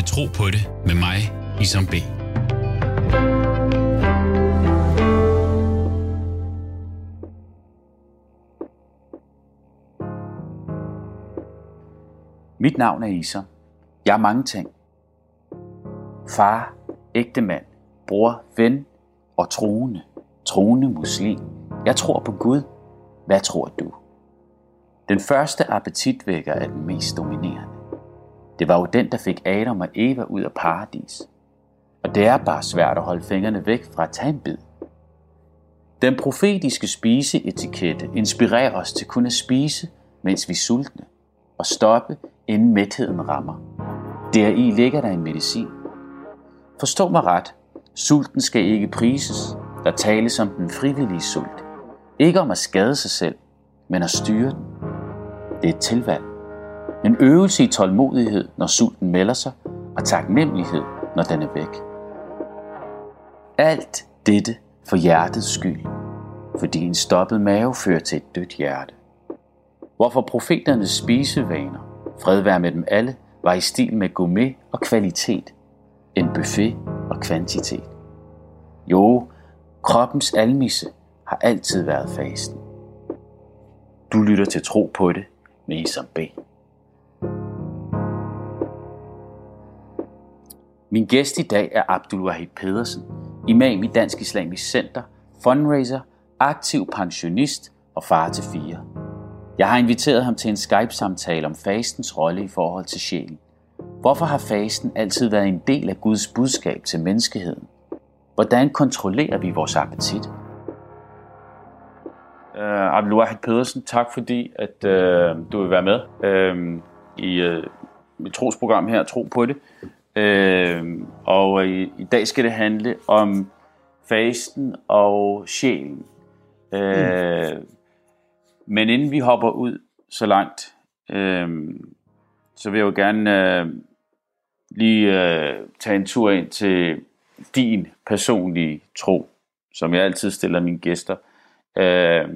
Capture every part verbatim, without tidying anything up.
Tro på det med mig, Isam B. Mit navn er Isam. Jeg er mange ting. Far, ægtemand, bror, ven og troende. Troende muslim. Jeg tror på Gud. Hvad tror du? Den første appetitvækker er den mest dominerende. Det var jo den, der fik Adam og Eva ud af paradis. Og det er bare svært at holde fingrene væk fra at tage en bid. Den profetiske spiseetikette inspirerer os til kun at spise, mens vi er sultne, og stoppe, inden mætheden rammer. Deri ligger der en medicin. Forstå mig ret. Sulten skal ikke prises. Der tales om den frivillige sult. Ikke om at skade sig selv, men at styre den. Det er et tilvalg. En øvelse i tålmodighed, når sulten melder sig, og taknemmelighed, når den er væk. Alt dette for hjertets skyld, fordi en stoppet mave fører til et dødt hjerte. Hvorfor profeternes spisevaner, fred være med dem alle, var i stil med gourmet og kvalitet, en buffet og kvantitet. Jo, kroppens almisse har altid været fasten. Du lytter til Tro på det med Isam B. Min gæst i dag er Abdul Wahid Pedersen, imam i Dansk Islamisk Center, fundraiser, aktiv pensionist og far til fire. Jeg har inviteret ham til en Skype-samtale om fastens rolle i forhold til sjælen. Hvorfor har fasten altid været en del af Guds budskab til menneskeheden? Hvordan kontrollerer vi vores appetit? Uh, Abdul Wahid Pedersen, tak fordi at uh, du vil være med uh, i uh, mit trosprogram her, Tro på det. Uh, og uh, i, i dag skal det handle om fasten og sjælen. Uh, mm. Men inden vi hopper ud så langt, uh, så vil jeg jo gerne uh, lige uh, tage en tur ind til din personlige tro, som jeg altid stiller mine gæster. Uh,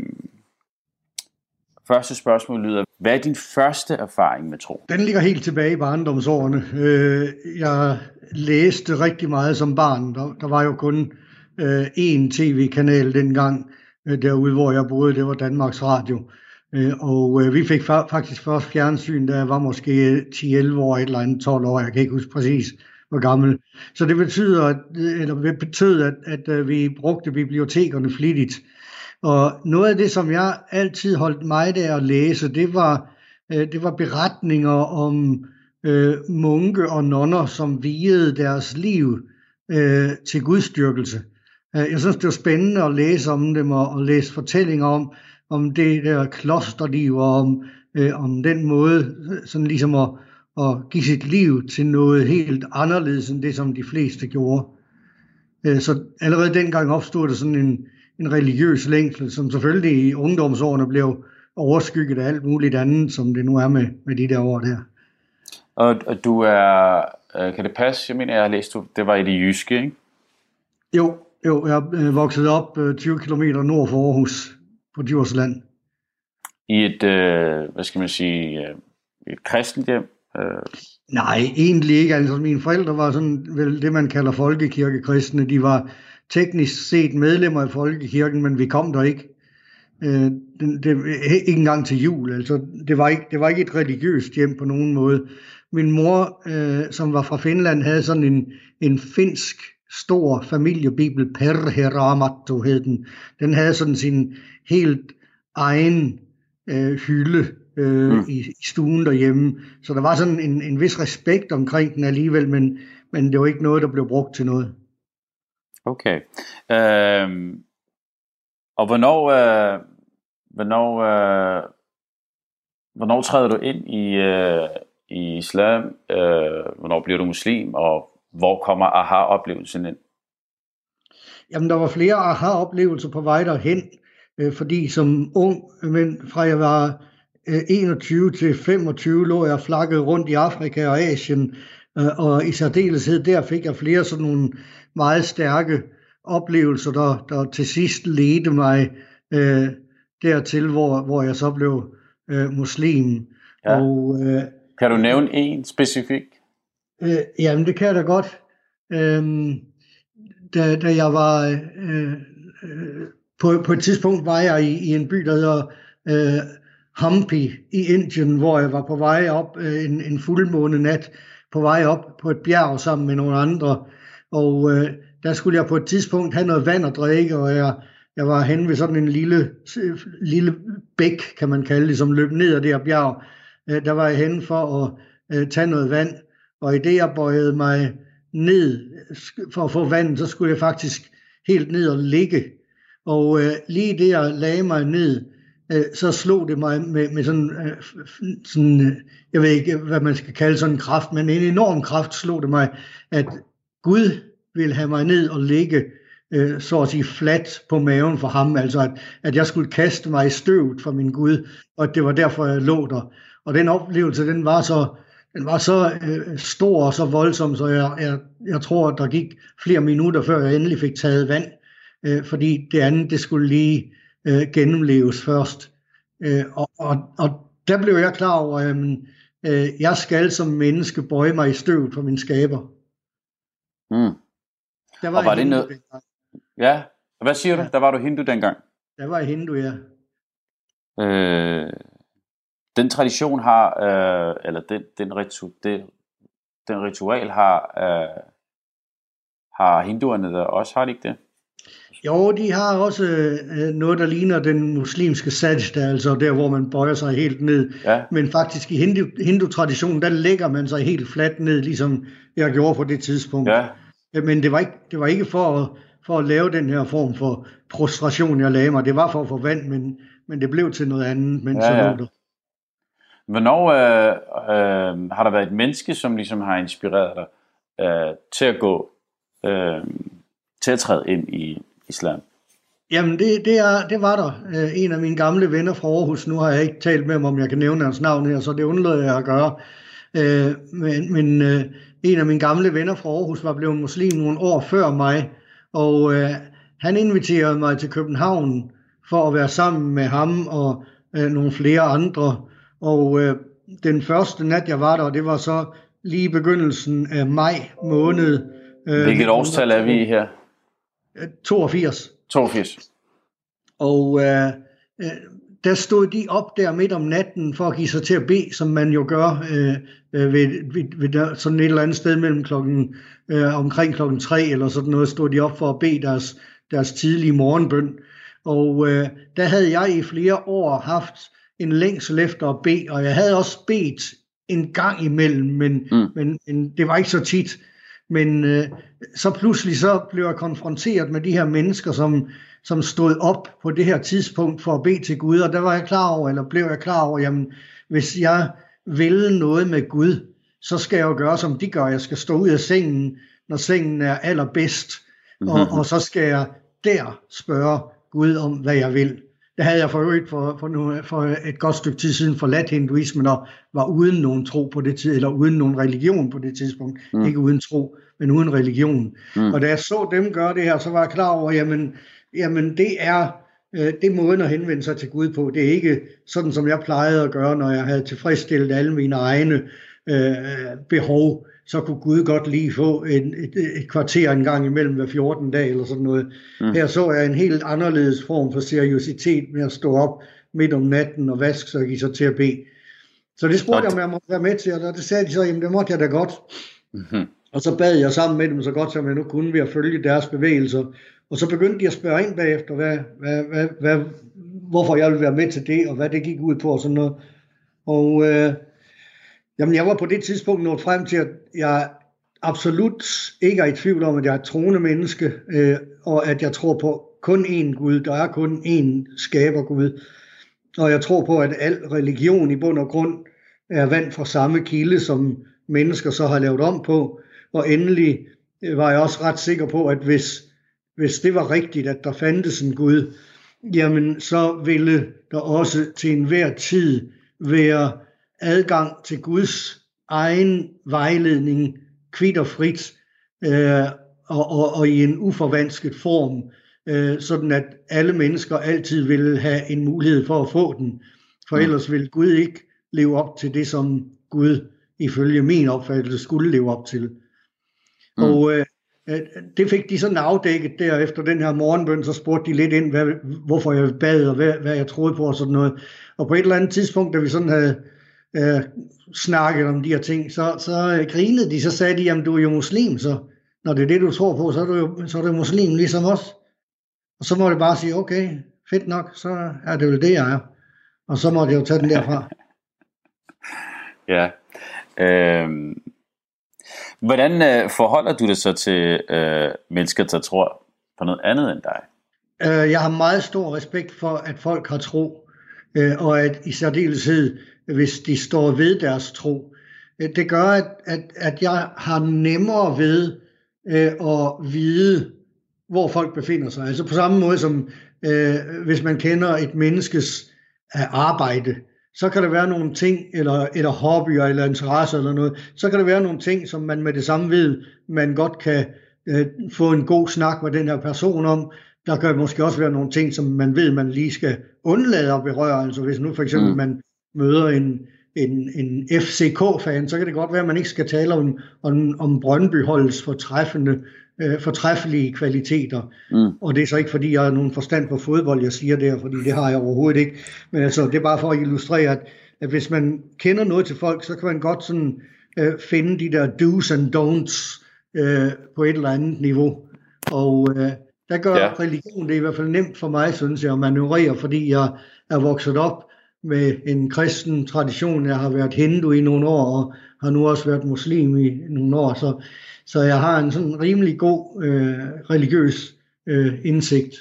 første spørgsmål lyder: hvad er din første erfaring med tro? Den ligger helt tilbage i barndomsårene. Uh, jeg læste rigtig meget som barn. Der, der var jo kun uh, én tv-kanal dengang, uh, derude hvor jeg boede. Det var Danmarks Radio. Uh, og uh, vi fik fa- faktisk først fjernsyn, da jeg var måske ti elleve år, et eller andet tolv år. Jeg kan ikke huske præcis, hvor gammel. Så det betyder, at, eller det betød, at, at, at vi brugte bibliotekerne flittigt. Og noget af det, som jeg altid holdt mig der at læse, det var, øh, det var beretninger om øh, munke og nonner, som vigede deres liv øh, til gudstyrkelse. Jeg synes, det var spændende at læse om dem og, og læse fortællinger om, om det der klosterliv og om, øh, om den måde sådan ligesom at, at give sit liv til noget helt anderledes end det, som de fleste gjorde. Øh, så allerede dengang opstod der sådan en en religiøs længsel, som selvfølgelig i ungdomsårene blev overskygget af alt muligt andet, som det nu er med, med de der år der. Og, og du er, kan det passe? Jeg mener, jeg har læst, det var i det jyske, ikke? Jo, jo jeg er vokset op tyve kilometer nord for Aarhus på Djursland. I et, øh, hvad skal man sige, et kristent hjem? Øh. Nej, egentlig ikke. Altså, mine forældre var sådan vel det, man kalder folkekirkekristne. De var teknisk set medlemmer af folkekirken, men vi kom der ikke. Øh, det, det, ikke engang til jul. Altså, det, var ikke, det var ikke et religiøst hjem på nogen måde. Min mor, øh, som var fra Finland, havde sådan en, en finsk stor familiebibel, Perheramatto hed den. Den havde sådan sin helt egen øh, hylde øh, mm. i, i stuen derhjemme. Så der var sådan en, en vis respekt omkring den alligevel, men, men det var ikke noget, der blev brugt til noget. Okay. Øhm, og hvornår, øh, hvornår, øh, hvornår træder du ind i, øh, i islam? Øh, hvornår bliver du muslim? Og hvor kommer aha-oplevelsen ind? Jamen, der var flere aha-oplevelser på vej derhen, øh, fordi som ung, men fra jeg var øh, enogtyve til femogtyve, lå jeg flakket rundt i Afrika og Asien, øh, og i særdeleshed der fik jeg flere sådan nogle meget stærke oplevelser, der, der til sidst ledte mig øh, dertil, hvor, hvor jeg så blev øh, muslim. Ja. Og, øh, kan du nævne en specifik? Øh, jamen, det kan jeg da godt. Øhm, da, da jeg var øh, øh, på, på et tidspunkt var jeg i, i en by, der hedder øh, Hampi i Indien, hvor jeg var på vej op øh, en, en fuldmåne nat, på vej op på et bjerg sammen med nogle andre. Og øh, der skulle jeg på et tidspunkt have noget vand at drikke, og jeg, jeg var henne ved sådan en lille, lille bæk, kan man kalde det, som løb ned ad det her bjerg. Øh, der var jeg henne for at øh, tage noget vand, og i det jeg bøjede mig ned for at få vand, så skulle jeg faktisk helt ned og ligge. Og øh, lige det jeg lagde mig ned, øh, så slog det mig med, med sådan, øh, sådan øh, jeg ved ikke hvad man skal kalde sådan en kraft, men en enorm kraft slog det mig, at Gud ville have mig ned og ligge øh, så at sige fladt på maven for ham, altså at, at jeg skulle kaste mig i støvet for min Gud, og at det var derfor jeg lå der. Og den oplevelse, den var så Den var så øh, stor og så voldsom, så jeg, jeg, jeg tror, at der gik flere minutter, før jeg endelig fik taget vand, øh, fordi det andet, det skulle lige øh, gennemleves først. Øh, og, og, og der blev jeg klar over, at øh, jeg skal som menneske bøje mig i støvet for min skaber. Mm. Der var, og var det hindu noget? Ja, hvad siger du? Ja. Der var du hindu dengang? Der var hindu, ja. Øh... Den tradition har, øh, eller den, den, ritu, det, den ritual har, øh, har hinduerne der også, har de ikke det? Jo, de har også øh, noget, der ligner den muslimske sajda, altså der, hvor man bøjer sig helt ned. Ja. Men faktisk i hindu, hindu-traditionen, der lægger man sig helt fladt ned, ligesom jeg gjorde på det tidspunkt. Ja. Men det var ikke, det var ikke for, at, for at lave den her form for prostration, jeg lagde mig. Det var for at få vand, men, men det blev til noget andet, mens ja, ja. jeg lå der. Hvornår øh, øh, har der været et menneske, som ligesom har inspireret dig øh, til at gå, øh, til at træde ind i islam? Jamen det, det, er, det var der. Øh, en af mine gamle venner fra Aarhus, nu har jeg ikke talt med ham, om jeg kan nævne hans navn her, så det undlader jeg at gøre. Øh, men men øh, en af mine gamle venner fra Aarhus var blevet muslim nogle år før mig, og øh, han inviterede mig til København for at være sammen med ham og øh, nogle flere andre. Og øh, den første nat, jeg var der, det var så lige begyndelsen af maj måned. Øh, Hvilket årstal er vi i her? toogfirs. toogfirs. Og øh, øh, der stod de op der midt om natten for at give sig til at bede, som man jo gør øh, ved, ved, ved der, sådan et eller andet sted mellem klokken, øh, omkring klokken tre eller sådan noget, stod de op for at bede deres, deres tidlige morgenbøn. Og øh, der havde jeg i flere år haft en længsel efter at bede, og jeg havde også bedt en gang imellem, men, mm. men, men det var ikke så tit. Men øh, så pludselig så blev jeg konfronteret med de her mennesker, som, som stod op på det her tidspunkt for at bede til Gud, og der var jeg klar over, eller blev jeg klar over, jamen hvis jeg vil noget med Gud, så skal jeg jo gøre som de gør. Jeg skal stå ud af sengen, når sengen er allerbedst, mm-hmm. og, og så skal jeg der spørge Gud om, hvad jeg vil. Det havde jeg for øvrigt for, for, nu, for et godt stykke tid siden forladt hinduismen og var uden nogen tro på det tid, eller uden nogen religion på det tidspunkt. Mm. Ikke uden tro, men uden religion. Mm. Og da jeg så dem gøre det her, så var jeg klar over, jamen, jamen det er øh, det måden at henvende sig til Gud på. Det er ikke sådan, som jeg plejede at gøre, når jeg havde tilfredsstillet alle mine egne øh, behov. Så kunne Gud godt lige få en, et, et kvarter en gang imellem hver fjorten dage eller sådan noget. Mm. Her så jeg en helt anderledes form for seriøsitet med at stå op midt om natten og vaske sig og give sig til at bede. Så det spurgte jeg, om jeg måtte være med til, og det sagde de så, jamen det måtte jeg da godt. Mm-hmm. Og så bad jeg sammen med dem så godt, som jeg nu kunne ved at følge deres bevægelser. Og så begyndte de at spørge ind bagefter, hvad, hvad, hvad, hvad, hvorfor jeg ville være med til det, og hvad det gik ud på og sådan noget. Og øh, jamen, jeg var på det tidspunkt nået frem til, at jeg absolut ikke er i tvivl om, at jeg er et troende menneske, øh, og at jeg tror på kun én Gud. Der er kun én skaber Gud. Og jeg tror på, at al religion i bund og grund er vand fra samme kilde, som mennesker så har lavet om på. Og endelig var jeg også ret sikker på, at hvis, hvis det var rigtigt, at der fandtes en Gud, jamen så ville der også til enhver tid være adgang til Guds egen vejledning, kvit og frit, øh, og, og, og i en uforvansket form, øh, sådan at alle mennesker altid ville have en mulighed for at få den. For ellers ville Gud ikke leve op til det, som Gud ifølge min opfattelse skulle leve op til. Mm. Og øh, det fik de sådan afdækket der efter den her morgenbøn, så spurgte de lidt ind, hvad, hvorfor jeg bad, og hvad, hvad jeg troede på og sådan noget. Og på et eller andet tidspunkt, da vi sådan havde øh, snakket om de her ting, så, så øh, grinede de, så sagde de, jamen du er jo muslim, så når det er det, du tror på, så er du jo så er du muslim ligesom os. Og så må det bare sige, okay, fedt nok, så er det jo det, jeg er. Og så må det jo tage den derfra. Ja. Øhm. Hvordan øh, forholder du dig så til øh, mennesker, der tror på noget andet end dig? Jeg har meget stor respekt for, at folk har tro, øh, og at i særdeleshed, hvis de står ved deres tro. Det gør, at, at, at jeg har nemmere ved øh, at vide, hvor folk befinder sig. Altså på samme måde som, øh, hvis man kender et menneskes arbejde, så kan der være nogle ting, eller, eller hobbyer, eller interesser, eller noget, så kan der være nogle ting, som man med det samme ved, man godt kan øh, få en god snak med den her person om. Der kan måske også være nogle ting, som man ved, man lige skal undlade at berøre. Altså hvis nu for eksempel mm. man møder en, en, en F C K-fan, så kan det godt være, at man ikke skal tale om, om, om Brøndby-holdets fortræffende, øh, fortræffelige kvaliteter. Mm. Og det er så ikke, fordi jeg har nogen forstand på fodbold, jeg siger det, fordi det har jeg overhovedet ikke. Men altså, det er bare for at illustrere, at, at hvis man kender noget til folk, så kan man godt sådan, øh, finde de der do's and don'ts øh, på et eller andet niveau. Og øh, der gør ja. religion det i hvert fald nemt for mig, synes jeg, at manøvrere, fordi jeg er vokset op med en kristen tradition. Jeg har været hindu i nogle år, og har nu også været muslim i nogle år, så, så jeg har en sådan rimelig god øh, religiøs øh, indsigt.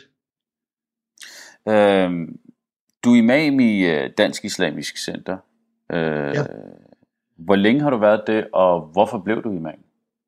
Øhm, du er imam i uh, Dansk Islamisk Center. Øh, ja. Hvor længe har du været det, og hvorfor blev du imam?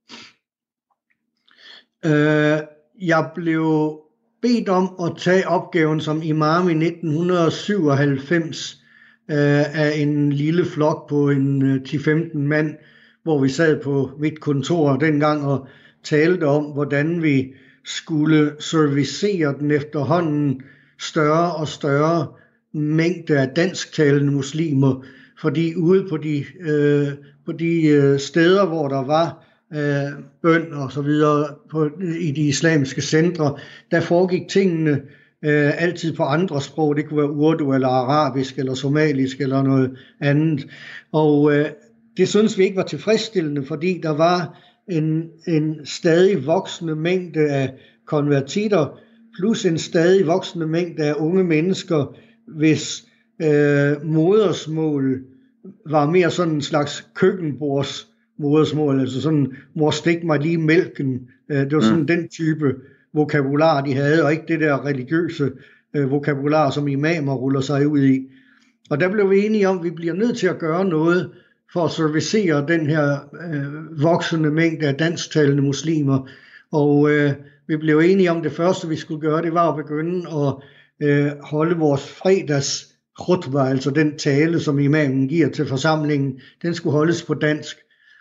Øh, jeg blev bedt om at tage opgaven som imam i nitten syvoghalvfems øh, af en lille flok på en øh, ti til femten mand, hvor vi sad på mit kontor dengang og talte om, hvordan vi skulle servicere den efterhånden større og større mængde af dansktalende muslimer, fordi ude på de, øh, på de øh, steder, hvor der var øh, bøn og så videre på, i de islamiske centre, der foregik tingene øh, altid på andre sprog. Det kunne være urdu eller arabisk eller somalisk eller noget andet. Og øh, det synes vi ikke var tilfredsstillende, fordi der var en, en stadig voksende mængde af konvertitter, plus en stadig voksende mængde af unge mennesker, hvis øh, modersmål var mere sådan en slags køkkenbords modersmål, altså sådan, mor stik mig lige mælken. Øh, det var sådan mm. den type vokabular, de havde, og ikke det der religiøse øh, vokabular, som imamer ruller sig ud i. Og der blev vi enige om, at vi bliver nødt til at gøre noget for at servicere den her øh, voksende mængde af dansktalende muslimer. Og øh, vi blev enige om, det første vi skulle gøre, det var at begynde at øh, holde vores fredags khutbah, altså den tale, som imamen giver til forsamlingen, den skulle holdes på dansk.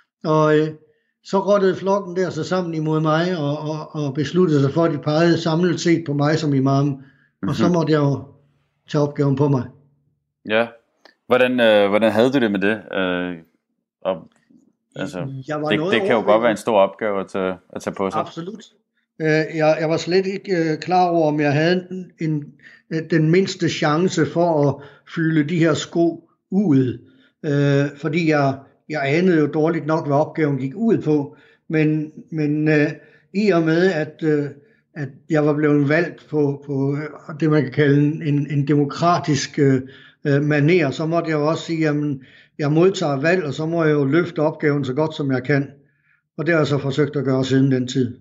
Og øh, så rottede flokken der sig sammen imod mig, og, og, og besluttede sig for, at de pegede samlet set på mig som imam. Mm-hmm. Og så måtte jeg jo tage opgaven på mig. Ja. Hvordan, øh, hvordan havde du det med det? Øh, og, altså, det, det kan jo godt være en stor opgave at tage, at tage på sig. Absolut. Øh, jeg, jeg var slet ikke øh, klar over, om jeg havde en, en, den mindste chance for at fylde de her sko ud. Øh, fordi jeg, jeg anede jo dårligt nok, hvad opgaven gik ud på. Men, men øh, i og med, at, øh, at jeg var blevet valgt på, på det, man kan kalde en, en demokratisk øh, manér, så måtte jeg jo også sige, at jeg modtager valg, og så må jeg jo løfte opgaven så godt, som jeg kan. Og det har jeg så forsøgt at gøre siden den tid.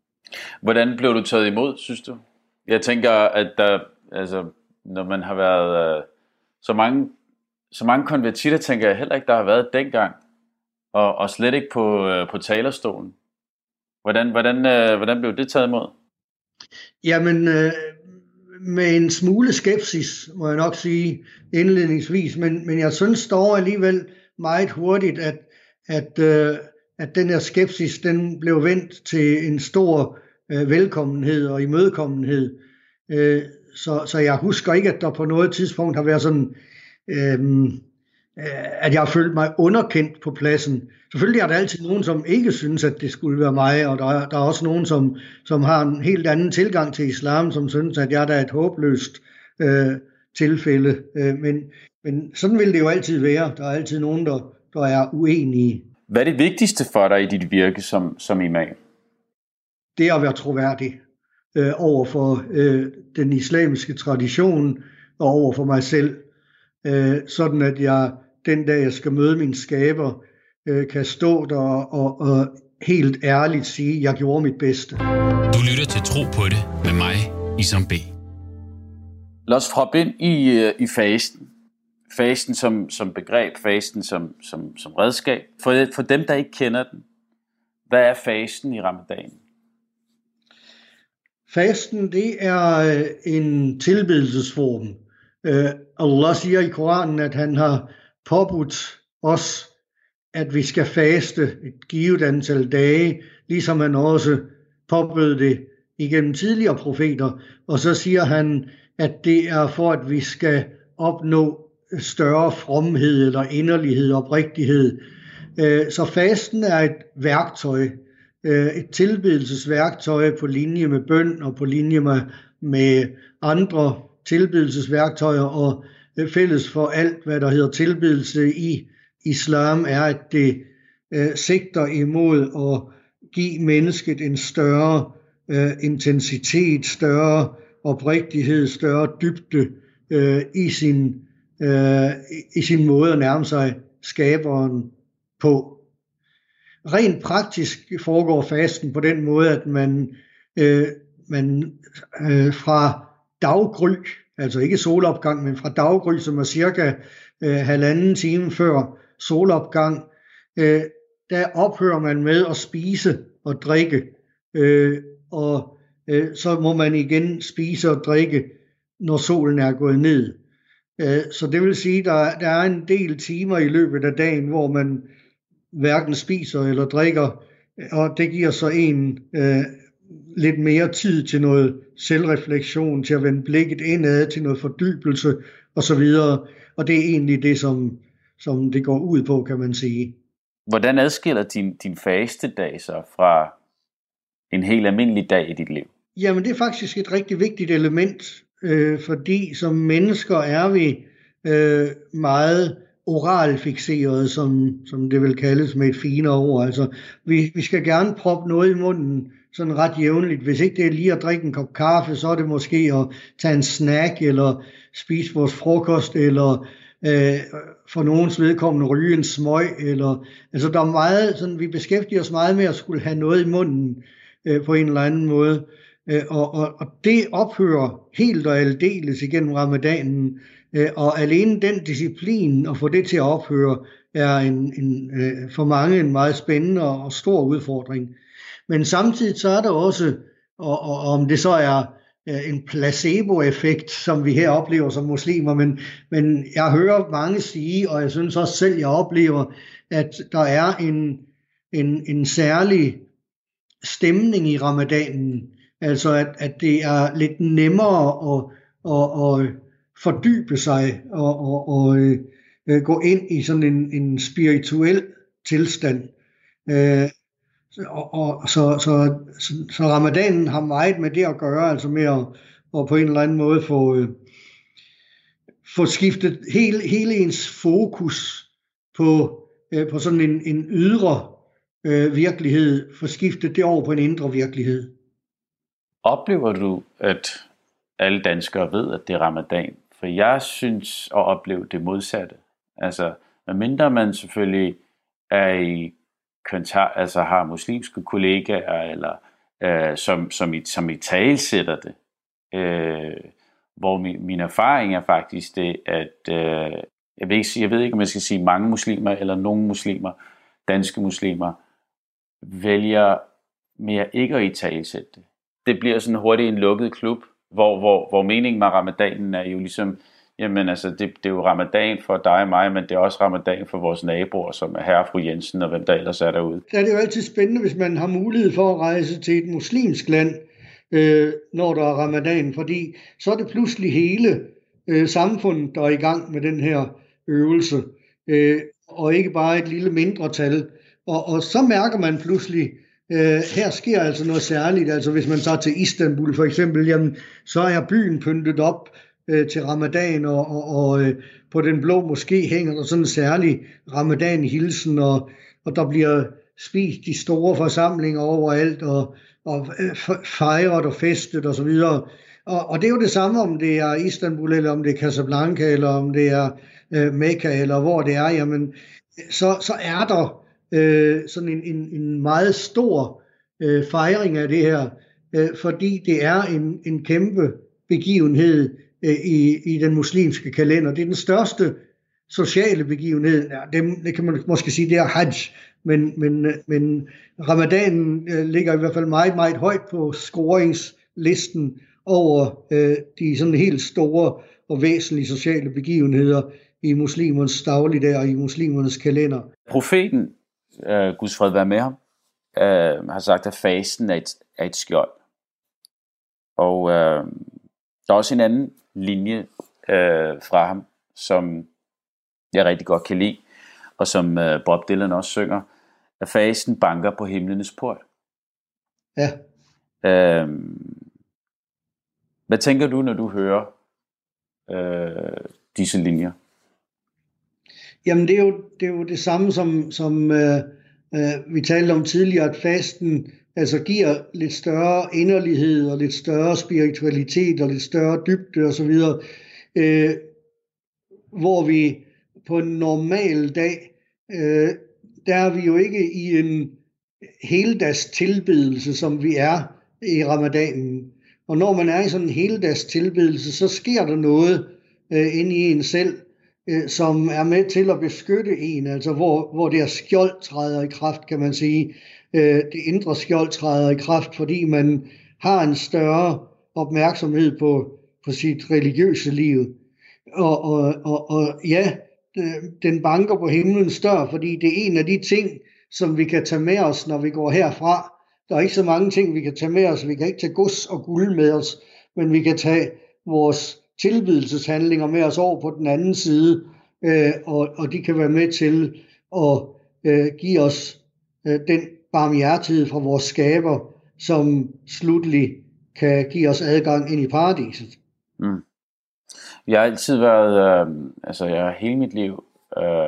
Hvordan blev du taget imod, synes du? Jeg tænker, at der, altså, når man har været øh, så mange, så mange konvertitter, tænker jeg heller ikke, der har været dengang, og, og slet ikke på, øh, på talerstolen. Hvordan, hvordan, øh, hvordan blev det taget imod? Jamen, øh, med en smule skepsis, må jeg nok sige, indledningsvis, men, men jeg synes dog alligevel meget hurtigt, at, at, øh, at den her skepsis, den blev vendt til en stor øh, velkommenhed og imødekommenhed. Øh, så, så jeg husker ikke, at der på noget tidspunkt har været sådan, øh, at jeg har følt mig underkendt på pladsen. Selvfølgelig er der altid nogen, som ikke synes, at det skulle være mig, og der er, der er også nogen, som, som har en helt anden tilgang til islam, som synes, at jeg er da et håbløst øh, tilfælde. Øh, men, men sådan vil det jo altid være. Der er altid nogen, der, der er uenige. Hvad er det vigtigste for dig i dit virke som, som imam? Det er at være troværdig øh, over for øh, den islamiske tradition og over for mig selv. Øh, sådan at jeg den dag, jeg skal møde min skaber, øh, kan stå der og, og helt ærligt sige, at jeg gjorde mit bedste. Du lytter til Tro på det med mig, Isam B. Lad os hoppe ind i, i fasten. Fasten som, som begreb, fasten som, som, som redskab. For, for dem, der ikke kender den, hvad er fasten i ramadanen? Fasten, det er en tilbedelsesform. Uh, Allah siger i Koranen, at han har påbudt os, at vi skal faste et givet antal dage, ligesom han også påbød det igennem tidligere profeter. Og så siger han, at det er for, at vi skal opnå større fromhed eller inderlighed og oprigtighed. Uh, så fasten er et værktøj, uh, et tilbedelsesværktøj på linje med bøn og på linje med, med andre tilbedelsesværktøjer, og fælles for alt, hvad der hedder tilbedelse i islam, er, at det øh, sigter imod at give mennesket en større øh, intensitet, større oprigtighed, større dybde øh, i, sin, øh, i sin måde at nærme sig skaberen på. Rent praktisk foregår fasten på den måde, at man, øh, man øh, fra daggry, altså ikke solopgang, men fra daggry, som er cirka øh, halvanden time før solopgang, øh, der ophører man med at spise og drikke, øh, og øh, så må man igen spise og drikke, når solen er gået ned. Øh, så det vil sige, at der, der er en del timer i løbet af dagen, hvor man hverken spiser eller drikker, og det giver så en øh, lidt mere tid til noget selvreflektion, til at vende blikket indad, til noget fordybelse osv. Og det er egentlig det, som, som det går ud på, kan man sige. Hvordan adskiller din, din fastedag så fra en helt almindelig dag i dit liv? Jamen, det er faktisk et rigtig vigtigt element, øh, fordi som mennesker er vi øh, meget oralfixeret, som, som det vil kaldes med et finere ord. Altså, vi, vi skal gerne proppe noget i munden sådan ret jævnligt. Hvis ikke det er lige at drikke en kop kaffe, så er det måske at tage en snack, eller spise vores frokost, eller øh, for nogens vedkommende ryge en smøg. Eller, altså, der er meget, sådan, vi beskæftiger os meget med at skulle have noget i munden øh, på en eller anden måde. Øh, og, og, og det ophører helt og aldeles igennem ramadanen. Og alene den disciplin, at få det til at ophøre, er en, en, for mange en meget spændende og stor udfordring. Men samtidig så er der også, og, og om det så er en placebo-effekt, som vi her oplever som muslimer, men, men jeg hører mange sige, og jeg synes også selv, jeg oplever, at der er en, en, en særlig stemning i ramadanen. Altså at, at det er lidt nemmere at, at, at fordybe sig og, og, og øh, gå ind i sådan en, en spirituel tilstand. Øh, og, og, så, så, så, så ramadanen har meget med det at gøre, altså med at og på en eller anden måde få, øh, få skiftet hele, hele ens fokus på, øh, på sådan en, en ydre øh, virkelighed, få skiftet det over på en indre virkelighed. Oplever du, at alle danskere ved, at det er ramadan? For jeg synes at opleve det modsatte. Altså, medmindre man selvfølgelig er i kontakt, altså har muslimske kollegaer, eller øh, som, som, i, som i talesætter det. Øh, hvor min, min erfaring er faktisk det, at øh, jeg, ved ikke, jeg ved ikke, om jeg skal sige mange muslimer, eller nogle muslimer, danske muslimer, vælger mere ikke at i talesætte det. Det bliver sådan hurtigt en lukket klub, Hvor, hvor, hvor meningen med ramadanen er jo ligesom, jamen altså, det, det er jo ramadan for dig og mig, men det er også ramadan for vores naboer, som er herre og fru Jensen, og hvem der ellers er derude. Så er det jo altid spændende, hvis man har mulighed for at rejse til et muslimsk land, øh, når der er ramadan, fordi så er det pludselig hele øh, samfundet, der er i gang med den her øvelse. øh, og ikke bare et lille mindretal. Og, og så mærker man pludselig, øh, her sker altså noget særligt. Altså hvis man tager til Istanbul for eksempel, jamen, så er byen pyntet op øh, til ramadan, og, og, og øh, på den blå moské hænger der sådan en særlig ramadan-hilsen, og, og der bliver spist de store forsamlinger overalt, og, og fejret og festet og så videre. Og, og det er jo det samme, om det er Istanbul, eller om det er Casablanca, eller om det er øh, Mekka, eller hvor det er, jamen, så, så er der øh, sådan en, en, en meget stor øh, fejring af det her, øh, fordi det er en, en kæmpe begivenhed øh, i, i den muslimske kalender. Det er den største sociale begivenhed. Ja, det, det kan man måske sige, det er hajj, men, men, men ramadanen øh, ligger i hvert fald meget, meget højt på scoringslisten over øh, de sådan helt store og væsentlige sociale begivenheder i muslimernes dagligdag og i muslimernes kalender. Profeten, øh, Guds fred være med ham, øh, har sagt, at fasten er et, er et skjold. Og øh, der er også en anden linje øh, fra ham, som jeg rigtig godt kan lide, og som øh, Bob Dylan også synger, at fasten banker på himlenes port. Ja. Øh, hvad tænker du, når du hører øh, disse linjer? Jamen det er jo det, er jo det samme som, som øh, øh, vi talte om tidligere, at fasten altså giver lidt større inderlighed og lidt større spiritualitet og lidt større dybde osv., øh, hvor vi på en normal dag, øh, der er vi jo ikke i en heldags tilbedelse, som vi er i ramadanen. Og når man er i sådan en heldags tilbedelse, så sker der noget øh, inde i en selv, øh, som er med til at beskytte en, altså hvor, hvor det er skjold træder i kraft, kan man sige. Øh, det indre skjold træder i kraft, fordi man har en større opmærksomhed på, på sit religiøse liv. Og, og, og, og ja, den banker på himlens dør, fordi det er en af de ting, som vi kan tage med os, når vi går herfra. Der er ikke så mange ting, vi kan tage med os. Vi kan ikke tage gods og guld med os, men vi kan tage vores tilbedelseshandlinger med os over på den anden side, øh, og, og de kan være med til at øh, give os øh, den barmhjertighed fra vores skaber, som slutlig kan give os adgang ind i paradiset. Mm. Jeg har altid været, øh, altså jeg har hele mit liv øh,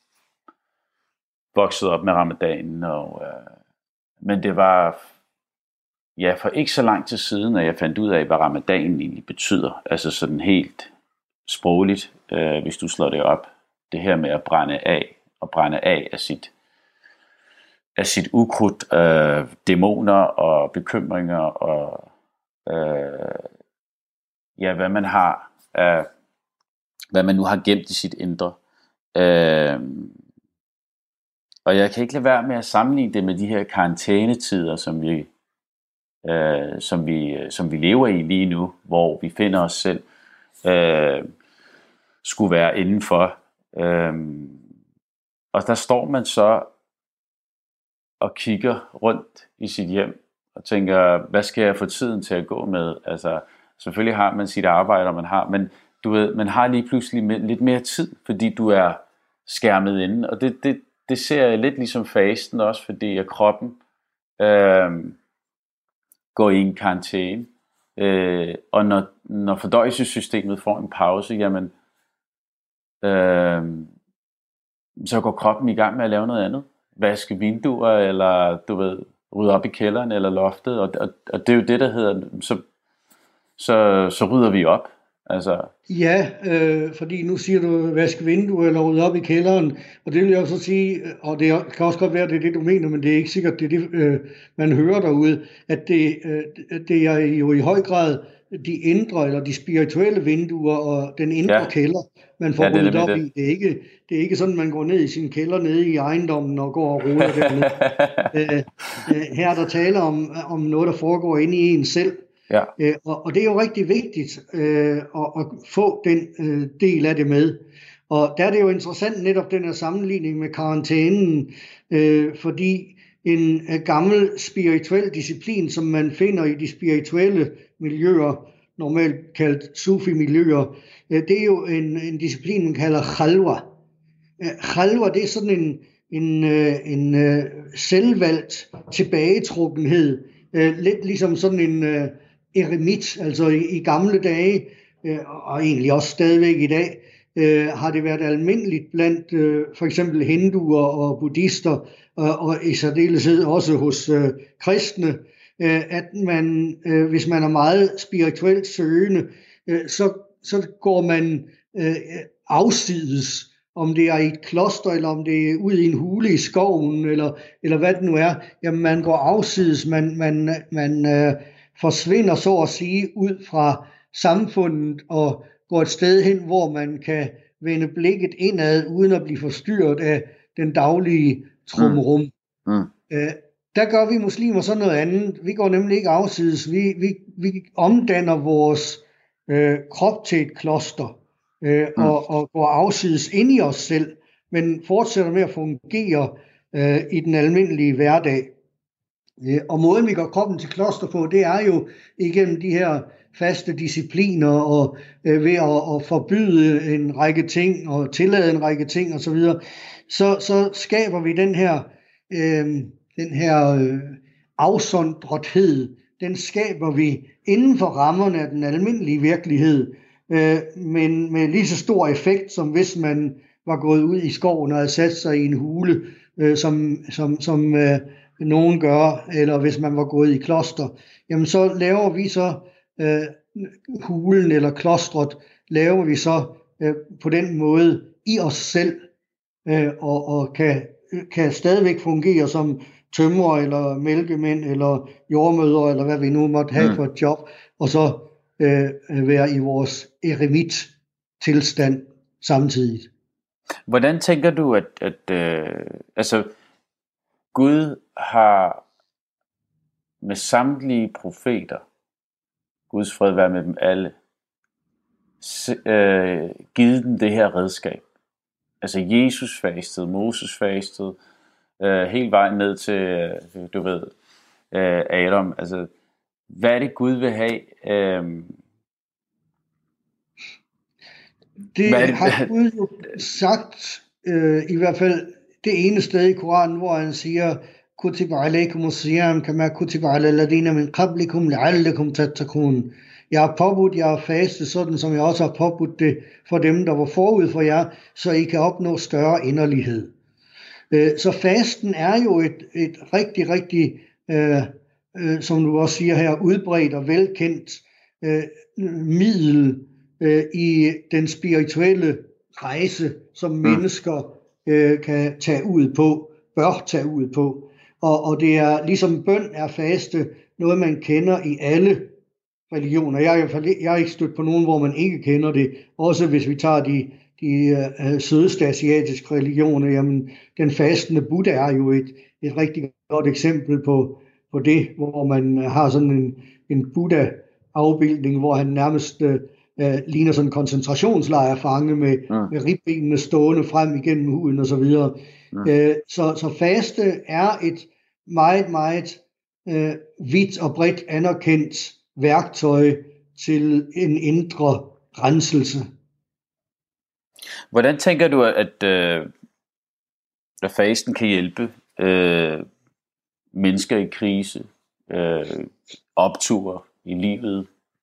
vokset op med ramadanen, og, øh, men det var ja, for ikke så lang tid siden, at jeg fandt ud af, hvad ramadanen egentlig betyder. Altså sådan helt sprogligt, øh, hvis du slår det op. Det her med at brænde af, og brænde af af sit, af sit ukrudt, øh, dæmoner og bekymringer, og øh, ja, hvad man har, øh, hvad man nu har gemt i sit indre. Øh, og jeg kan ikke lade være med at sammenligne det med de her karantænetider, som vi Øh, som, vi, som vi lever i lige nu, hvor vi finder os selv øh, skulle være indenfor. Øh, og der står man så og kigger rundt i sit hjem og tænker, hvad skal jeg få tiden til at gå med? Altså, selvfølgelig har man sit arbejde, og man har, men du ved, man har lige pludselig lidt mere tid, fordi du er skærmet inde, og det, det, det ser jeg lidt ligesom fasten også, fordi at kroppen øh, går i en karantæne, øh, og når, når fordøjelsessystemet får en pause, jamen, øh, så går kroppen i gang med at lave noget andet. Vaske vinduer, eller du ved, rydde op i kælderen, eller loftet, og, og, og det er jo det, der hedder, så, så, så rydder vi op. Altså. Ja, øh, fordi nu siger du vaske vinduer eller rydde op i kælderen, og det vil jeg også sige, og det kan også godt være, at det er det, du mener, men det er ikke sikkert, det er det, øh, man hører derude, at det, øh, det er jo i høj grad de indre eller de spirituelle vinduer og den indre ja. kælder, man får ja, ryddet op det. i. Det er, ikke, det er ikke sådan, man går ned i sin kælder nede i ejendommen og går og roder dernede. øh, øh, her er der tale om, om noget, der foregår inde i en selv. Ja. Øh, og, og det er jo rigtig vigtigt øh, at, at få den øh, del af det med. Og der er det jo interessant netop den her sammenligning med karantænen, øh, fordi en øh, gammel spirituel disciplin, som man finder i de spirituelle miljøer, normalt kaldt sufi-miljøer, øh, det er jo en, en disciplin, man kalder khalwa. Khalwa, det er sådan en, en, en, en selvvalgt tilbagetrukkenhed, lidt ligesom sådan en eremit, altså i, i gamle dage, og egentlig også stadigvæk i dag, har det været almindeligt blandt for eksempel hinduer og buddhister, og, og i særdeleshed også hos kristne, at man, hvis man er meget spirituelt søgende, så, så går man afsides, om det er i et kloster, eller om det er ude i en hule i skoven, eller, eller hvad det nu er. Jamen, man går afsides, man, man, man øh, forsvinder, så at sige, ud fra samfundet, og går et sted hen, hvor man kan vende blikket indad, uden at blive forstyrret af den daglige trummerum. Mm. Mm. Øh, der gør vi muslimer så noget andet. Vi går nemlig ikke afsides. Vi, vi, vi omdanner vores øh, krop til et kloster, øh, mm. og, og går afsides ind i os selv, men fortsætter med at fungere øh, i den almindelige hverdag. Øh, og måden vi gør kroppen til kloster på, det er jo igennem de her faste discipliner, og øh, ved at, at forbyde en række ting, og tillade en række ting osv., så, så, så skaber vi den her, øh, den her øh, afsondrethed, den skaber vi inden for rammerne af den almindelige virkelighed, øh, men med lige så stor effekt, som hvis man var gået ud i skoven og havde sat sig i en hule, øh, som, som, som øh, nogen gør, eller hvis man var gået i kloster, jamen så laver vi så øh, hulen eller klostret, laver vi så øh, på den måde i os selv, øh, og, og kan, kan stadigvæk fungere som tømrer, eller mælkemænd, eller jordmødre, eller hvad vi nu måtte have mm. for et job, og så øh, være i vores eremit-tilstand samtidig. Hvordan tænker du, at, at øh, altså, Gud har med samtlige profeter, Guds fred være med dem alle, se, øh, givet dem det her redskab? Altså Jesus fastede, Moses fastede, øh, helt vejen ned til, øh, du ved, øh, Adam. Altså, hvad er det Gud vil have? Øh, det, det har Gud jo sagt, øh, i hvert fald det ene sted i Koranen, hvor han siger, Kutiba alaykum as-siyam kama kutiba ala alladhina min qablikum la'allakum tattaqun. Jeg har påbudt jer at faste, sådan som jeg også har påbudt det for dem, der var forud for jer, så I kan opnå større inderlighed. Så fasten er jo et, et rigtig, rigtig, øh, øh, som du også siger her, udbredt og velkendt øh, middel øh, i den spirituelle rejse, som mennesker øh, kan tage ud på, bør tage ud på. Og, og det er ligesom bøn er faste, noget man kender i alle religioner. Jeg er, jeg er ikke stødt på nogen, hvor man ikke kender det. Også hvis vi tager de, de uh, sødeste asiatiske religioner, jamen den fastende Buddha er jo et, et rigtig godt eksempel på, på det, hvor man har sådan en, en Buddha-afbildning, hvor han nærmest uh, ligner sådan en koncentrationslejrfange med, ja. med ribbenene stående frem igennem huden osv. Ja. Uh, så, så faste er et meget, meget uh, vidt og bredt anerkendt værktøj til en indre renselse. Hvordan tænker du, at, øh, at fasten kan hjælpe øh, mennesker i krise, øh, opture i livet?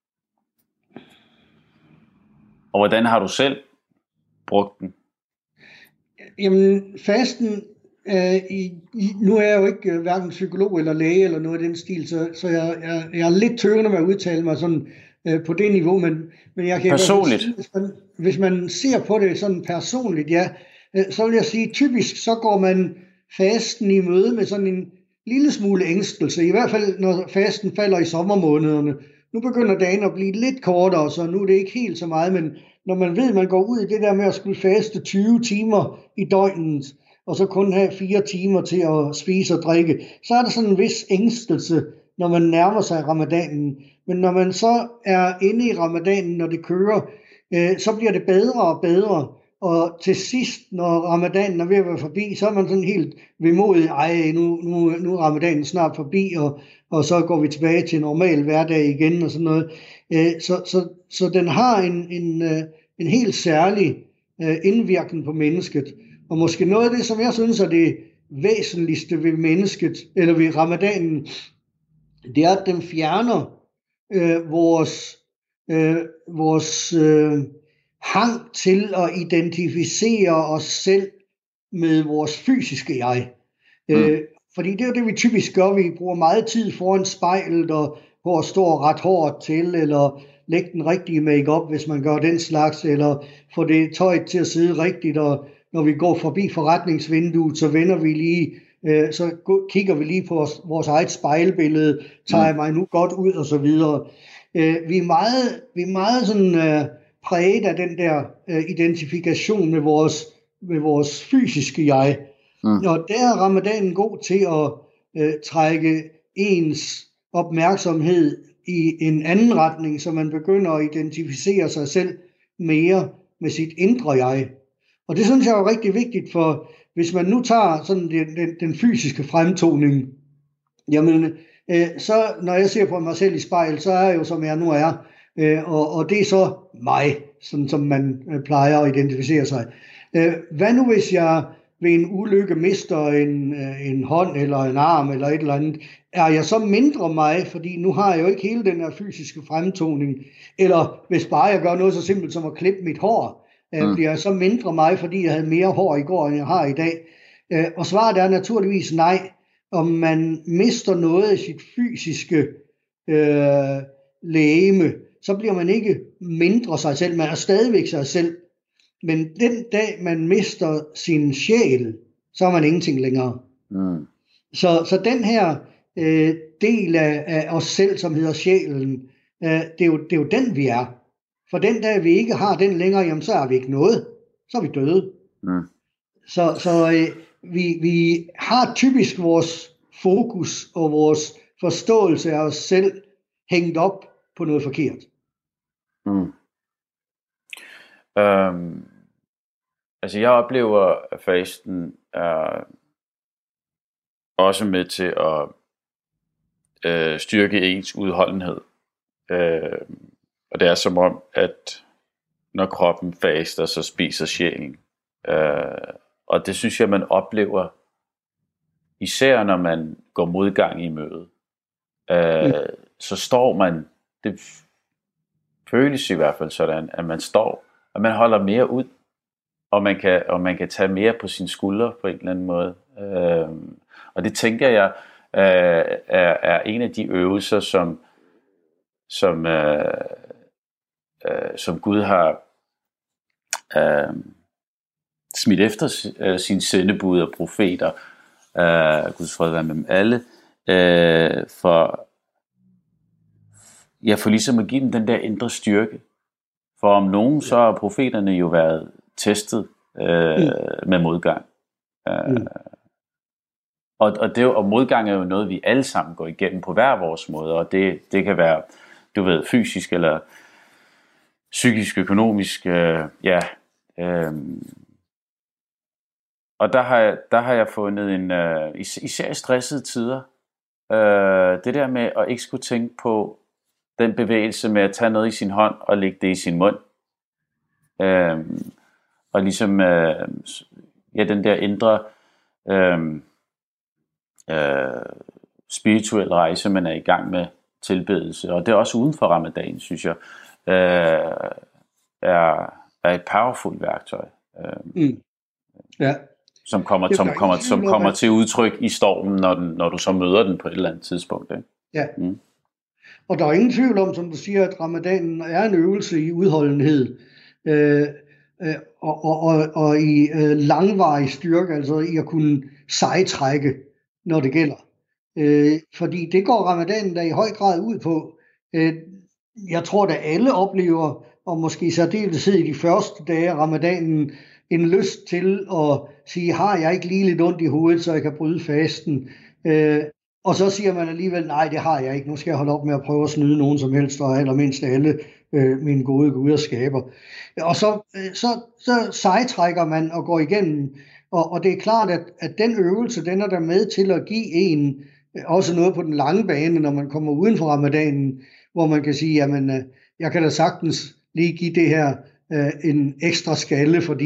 Og hvordan har du selv brugt den? Jamen, fasten, øh, i, i, nu er jeg jo ikke øh, hverken psykolog eller læge eller noget af den stil, så, så jeg, jeg, jeg er lidt tøvende med at udtale mig sådan øh, på det niveau, men, men jeg kan personligt. Sige, hvis, man, hvis man ser på det sådan personligt, ja, øh, så vil jeg sige, typisk så går man fasten i møde med sådan en lille smule ængstelse, i hvert fald når fasten falder i sommermånederne. Nu begynder dagen at blive lidt kortere, så nu er det ikke helt så meget, men når man ved, at man går ud i det der med at skulle faste tyve timer i døgnet, og så kun have fire timer til at spise og drikke, så er der sådan en vis ængstelse, når man nærmer sig ramadanen. Men når man så er inde i ramadanen, når det kører, øh, så bliver det bedre og bedre. Og til sidst, når ramadanen er ved at være forbi, så er man sådan helt vemodig, ej, nu, nu, nu er ramadanen snart forbi, og, og så går vi tilbage til normal hverdag igen og sådan noget. Øh, så, så, så den har en, en, en helt særlig øh, indvirkning på mennesket. Og måske noget af det, som jeg synes er det væsentligste ved mennesket, eller ved ramadanen, det er, at den fjerner øh, vores, øh, vores øh, hang til at identificere os selv med vores fysiske jeg. Mm. Øh, fordi det er jo det, vi typisk gør. Vi bruger meget tid foran spejlet, og hvor står ret hårdt til, eller lægge den rigtige make-up, hvis man gør den slags, eller få det tøjet til at sidde rigtigt, og når vi går forbi forretningsvinduet, så vender vi lige, øh, så kigger vi lige på vores, vores eget spejlbillede, tager jeg mig nu godt ud, og så videre. Øh, vi er meget, vi er meget sådan, øh, præget af den der øh, identifikation med vores, med vores fysiske jeg. Mm. Og der er ramadanen god til at øh, trække ens opmærksomhed i en anden retning, så man begynder at identificere sig selv mere med sit indre jeg. Og det synes jeg er rigtig vigtigt, for hvis man nu tager sådan den, den, den fysiske fremtoning, jamen, øh, så når jeg ser på mig selv i spejl, så er jeg jo, som jeg nu er, øh, og, og det er så mig, sådan som man øh, plejer at identificere sig. Øh, hvad nu hvis jeg ved en ulykke mister en, øh, en hånd eller en arm eller et eller andet? Er jeg så mindre mig, fordi nu har jeg jo ikke hele den her fysiske fremtoning? Eller hvis bare jeg gør noget så simpelt som at klippe mit hår, øh, bliver jeg så mindre mig, fordi jeg havde mere hår i går, end jeg har i dag? Øh, og svaret er naturligvis nej. Om man mister noget af sit fysiske øh, legeme, så bliver man ikke mindre sig selv. Man er stadigvæk sig selv. Men den dag, man mister sin sjæl, så er man ingenting længere. Mm. Så, så den her øh, del af, af os selv, som hedder sjælen, øh, det, er jo, det er jo den, vi er. For den dag, vi ikke har den længere, jamen, så er vi ikke noget. Så er vi døde. Mm. Så, så øh, vi, vi har typisk vores fokus og vores forståelse af os selv hængt op på noget forkert. Mm. Um, altså jeg oplever, at fasten er også med til at øh, styrke ens udholdenhed. Øh, og det er som om, at når kroppen faster, så spiser sjælen. Øh, og det synes jeg, man oplever, især når man går modgang i mødet. Øh, mm. Så står man, det føles i hvert fald sådan, at man står, og man holder mere ud, og man kan, og man kan tage mere på sine skuldre på en eller anden måde. Øh, og det tænker jeg øh, er, er en af de øvelser, som, som, øh, øh, som Gud har øh, smidt efter øh, sine sendebud og profeter, øh, Guds fred være med dem alle, øh, for, ja, for ligesom at give dem den der indre styrke. For om nogen, så har profeterne jo været testet øh, mm. med modgang. Øh, mm. og, og, det, og modgang er jo noget, vi alle sammen går igennem på hver vores måde, og det, det kan være, du ved, fysisk eller psykisk, økonomisk, øh, ja. Øh, og der har, jeg, der har jeg fundet en, øh, is, især i stressede tider, øh, det der med at ikke skulle tænke på den bevægelse med at tage noget i sin hånd og lægge det i sin mund. Øhm, og ligesom øh, ja, den der indre øh, øh, spirituelle rejse, man er i gang med tilbedelse. Og det er også uden for ramadan, synes jeg, øh, er, er et powerful værktøj. Øh, mm. Ja. Som kommer, som kommer, som kommer til udtryk i stormen, når, den, når du så møder den på et eller andet tidspunkt. Ikke? Ja. Mm. Og der er ingen tvivl om, som du siger, at ramadanen er en øvelse i udholdenhed, øh, øh, og, og, og, og i øh, langvarig styrke, altså i at kunne sejtrække, når det gælder. Øh, fordi det går ramadanen der i høj grad ud på. Øh, jeg tror, at alle oplever, og måske særdeleshed i de første dage af ramadanen, en lyst til at sige, har jeg ikke lige lidt ondt i hovedet, så jeg kan bryde fasten? Øh, Og så siger man alligevel, nej, det har jeg ikke. Nu skal jeg holde op med at prøve at snyde nogen som helst, og allermindst alle øh, mine gode guder skaber. Og så, øh, så, så sejtrækker man og går igennem. Og, og det er klart, at, at den øvelse, den er der med til at give en øh, også noget på den lange bane, når man kommer uden for ramadanen, hvor man kan sige, jamen, øh, jeg kan da sagtens lige give det her øh, en ekstra skalle, fordi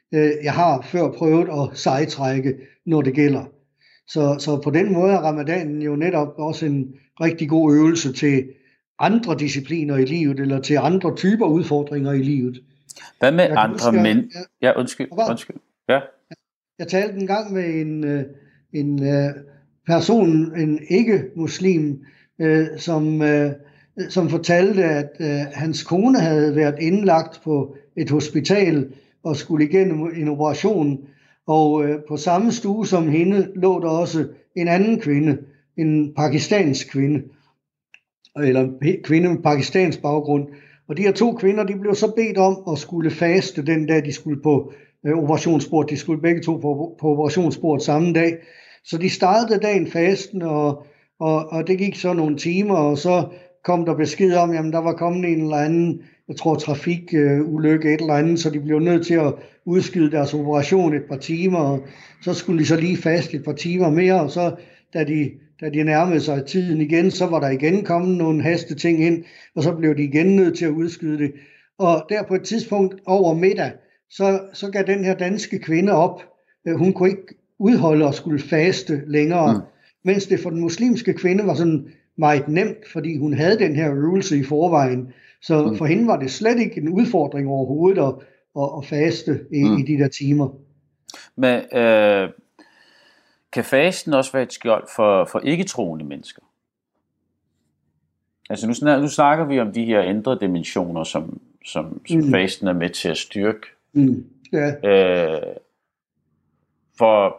øh, jeg har før prøvet at sejtrække, når det gælder. Så, så på den måde er ramadanen jo netop også en rigtig god øvelse til andre discipliner i livet, eller til andre typer udfordringer i livet. Hvad med andre mænd? Ja, undskyld. undskyld. Ja. Jeg talte en gang med en, en person, en ikke-muslim, som, som fortalte, at hans kone havde været indlagt på et hospital og skulle igennem en operation. Og på samme stue som hende lå der også en anden kvinde, en pakistansk kvinde, eller en kvinde med pakistansk baggrund. Og de her to kvinder, de blev så bedt om at skulle faste den dag, de skulle på øh, operationsbordet. De skulle begge to på, på operationsbordet samme dag. Så de startede dagen fasten, og, og, og det gik så nogle timer, og så kom der besked om, jamen der var kommet en eller anden, jeg tror trafikulykke, øh, et eller andet, så de blev nødt til at udskyde deres operation et par timer, og så skulle de så lige faste et par timer mere, og så da de Da de nærmede sig tiden igen, så var der igen kommet nogle haste ting ind, og så blev de igen nødt til at udskyde det. Og der på et tidspunkt over middag, så, så gav den her danske kvinde op. Hun kunne ikke udholde og skulle faste længere, mm. mens det for den muslimske kvinde var sådan meget nemt, fordi hun havde den her øvelse i forvejen. Så mm. for hende var det slet ikke en udfordring overhovedet at, at, at faste i, mm. i de der timer. Men øh... kan fasten også være et skjold for, for ikke-troende mennesker? Altså nu, snak, nu snakker vi om de her ændrede dimensioner, som, som, som mm. fasten er med til at styrke. Mm. Ja. Øh, for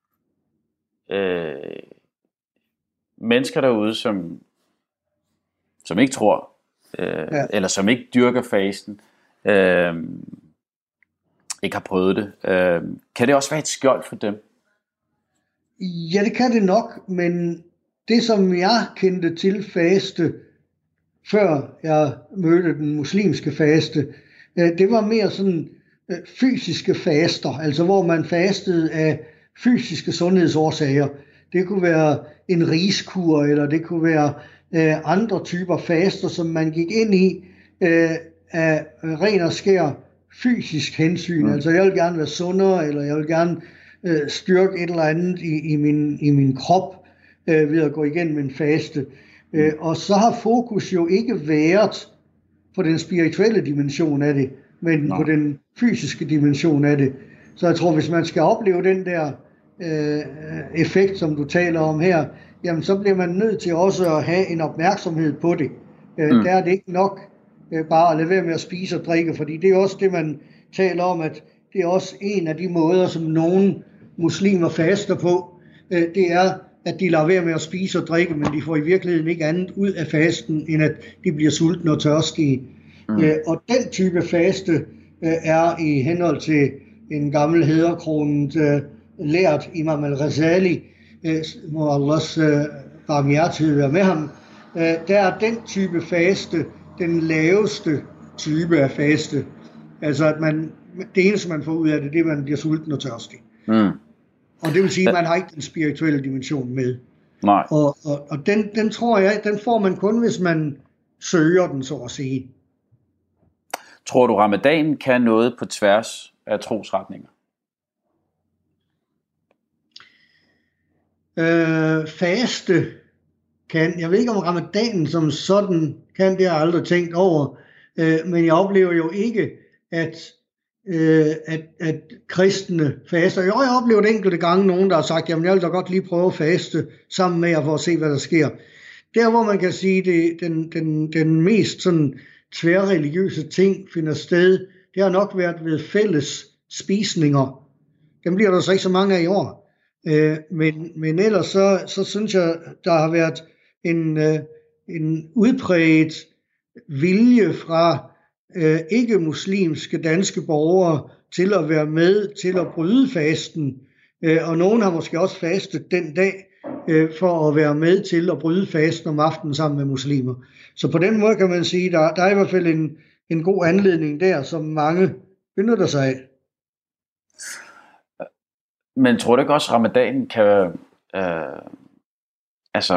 øh, mennesker derude, som, som ikke tror, øh, ja. eller som ikke dyrker fasten, øh, ikke har prøvet det, øh, kan det også være et skjold for dem? Ja, det kan det nok, men det som jeg kendte til faste, før jeg mødte den muslimske faste, det var mere sådan fysiske faster, altså hvor man fastede af fysiske sundhedsårsager. Det kunne være en riskur, eller det kunne være andre typer faster, som man gik ind i af ren og skær fysisk hensyn. Mm. Altså jeg vil gerne være sundere, eller jeg vil gerne styrke et eller andet i, i, min, i min krop øh, ved at gå igennem en faste. Øh, og så har fokus jo ikke været på den spirituelle dimension af det, men Nej. på den fysiske dimension af det. Så jeg tror, hvis man skal opleve den der øh, effekt, som du taler om her, jamen så bliver man nødt til også at have en opmærksomhed på det. Øh, mm. Der er det ikke nok øh, bare at lade være med at spise og drikke, fordi det er også det, man taler om, at det er også en af de måder, som nogen muslimer faster på. Det er, at de lader være med at spise og drikke, men de får i virkeligheden ikke andet ud af fasten, end at de bliver sultne og tørstige. Mm. Og den type faste er i henhold til en gammel hæderkronet lært Imam al-Ghazali, må Allahs barmhjertighed være med ham, der er den type faste den laveste type af faste. Altså at man det eneste, man får ud af det, det er, at man bliver sulten og tørstig. Mm. Og det vil sige, at man har ikke den spirituelle dimension med. Nej. Og, og, og den, den tror jeg, den får man kun, hvis man søger den, så at sige. Tror du, ramadanen kan noget på tværs af trosretninger? Øh, faste kan. Jeg ved ikke, om ramadanen som sådan kan, det har jeg aldrig tænkt over. Øh, men jeg oplever jo ikke, at Øh, at, at kristne faster. Jo, jeg oplever det enkelte gange nogen, der har sagt, jamen jeg vil da godt lige prøve at faste sammen med jer for at se, hvad der sker. Der, hvor man kan sige, det den, den, den mest sådan tværreligiøse ting finder sted, det har nok været ved fælles spisninger. Dem bliver der så ikke så mange af i år. Øh, men, men ellers så, så synes jeg, der har været en, øh, en udpræget vilje fra Øh, ikke-muslimske danske borgere til at være med til at bryde fasten. Øh, og nogen har måske også fastet den dag øh, for at være med til at bryde fasten om aftenen sammen med muslimer. Så på den måde kan man sige, der, der er i hvert fald en, en god anledning der, som mange benytter sig af. Men tror du ikke også, at ramadanen kan... Øh, altså...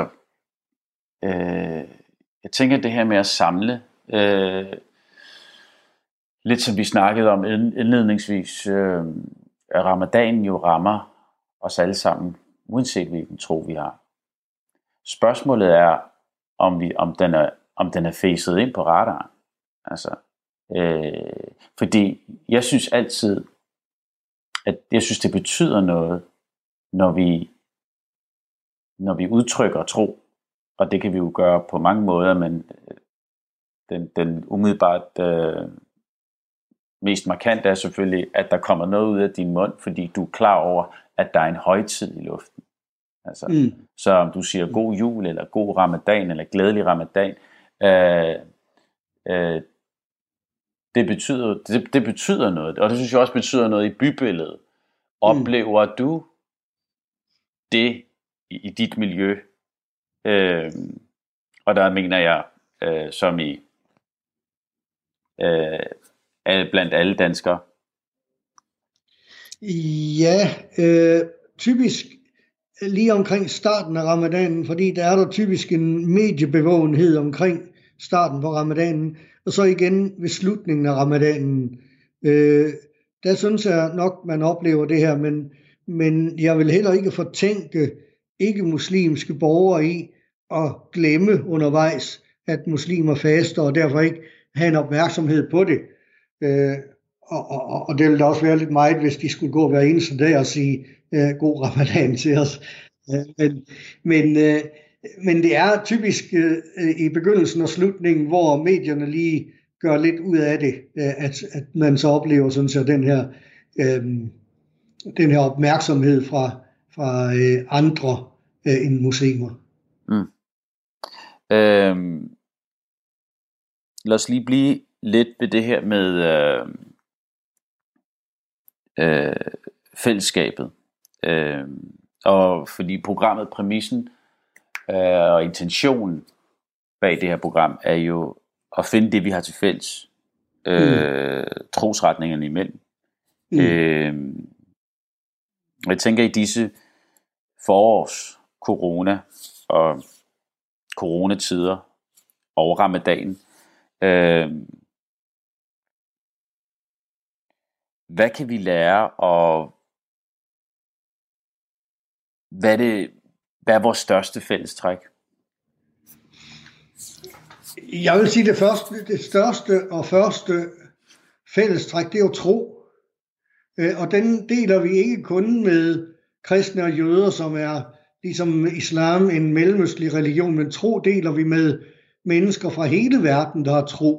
Øh, jeg tænker det her med at samle... Øh, lidt som vi snakkede om indledningsvis, øh, at ramadanen jo rammer os alle sammen, uanset hvilken tro vi har. Spørgsmålet er, om, vi, om, den, er, om den er facet ind på radaren. Altså, øh, fordi jeg synes altid, at jeg synes, det betyder noget, når vi, når vi udtrykker tro. Og det kan vi jo gøre på mange måder, men den, den umiddelbart øh, mest markante er selvfølgelig, at der kommer noget ud af din mund, fordi du er klar over, at der er en højtid i luften. Altså, mm. Så om du siger god jul, eller god ramadan, eller glædelig ramadan, øh, øh, det, betyder, det, det betyder noget. Og det synes jeg også betyder noget i bybilledet. Oplever mm. du det i, i dit miljø? Øh, og der mener jeg, øh, som i øh, blandt alle danskere. Ja, øh, typisk lige omkring starten af ramadanen, fordi der er der typisk en mediebevågenhed omkring starten på ramadanen, og så igen ved slutningen af ramadanen. Øh, der synes jeg nok, man oplever det her, men, men jeg vil heller ikke fortænke ikke-muslimske borgere i at glemme undervejs, at muslimer faster, og derfor ikke have en opmærksomhed på det. Øh, og, og, og det ville da også være lidt meget, hvis de skulle gå hver eneste dag og sige øh, god ramadan til os. Øh, men, men, øh, men det er typisk øh, i begyndelsen og slutningen, hvor medierne lige gør lidt ud af det, øh, at, at man så oplever sådan så den her øh, den her opmærksomhed fra, fra øh, andre øh, end muslimer. Mm. Øhm, lad os lige blive lidt ved det her med øh, øh, fællesskabet. Øh, og fordi programmet, præmissen øh, og intentionen bag det her program er jo at finde det, vi har til fælles. Øh, mm. Trosretningerne imellem. Mm. Øh, jeg tænker i disse forårs corona og coronatider og ramadan, øh, hvad kan vi lære, og hvad er, det, hvad er vores største fællestræk? Jeg vil sige, det første, det største og første fællestræk, det er jo tro. Og den deler vi ikke kun med kristne og jøder, som er ligesom islam en mellemøstlig religion, men tro deler vi med mennesker fra hele verden, der har tro.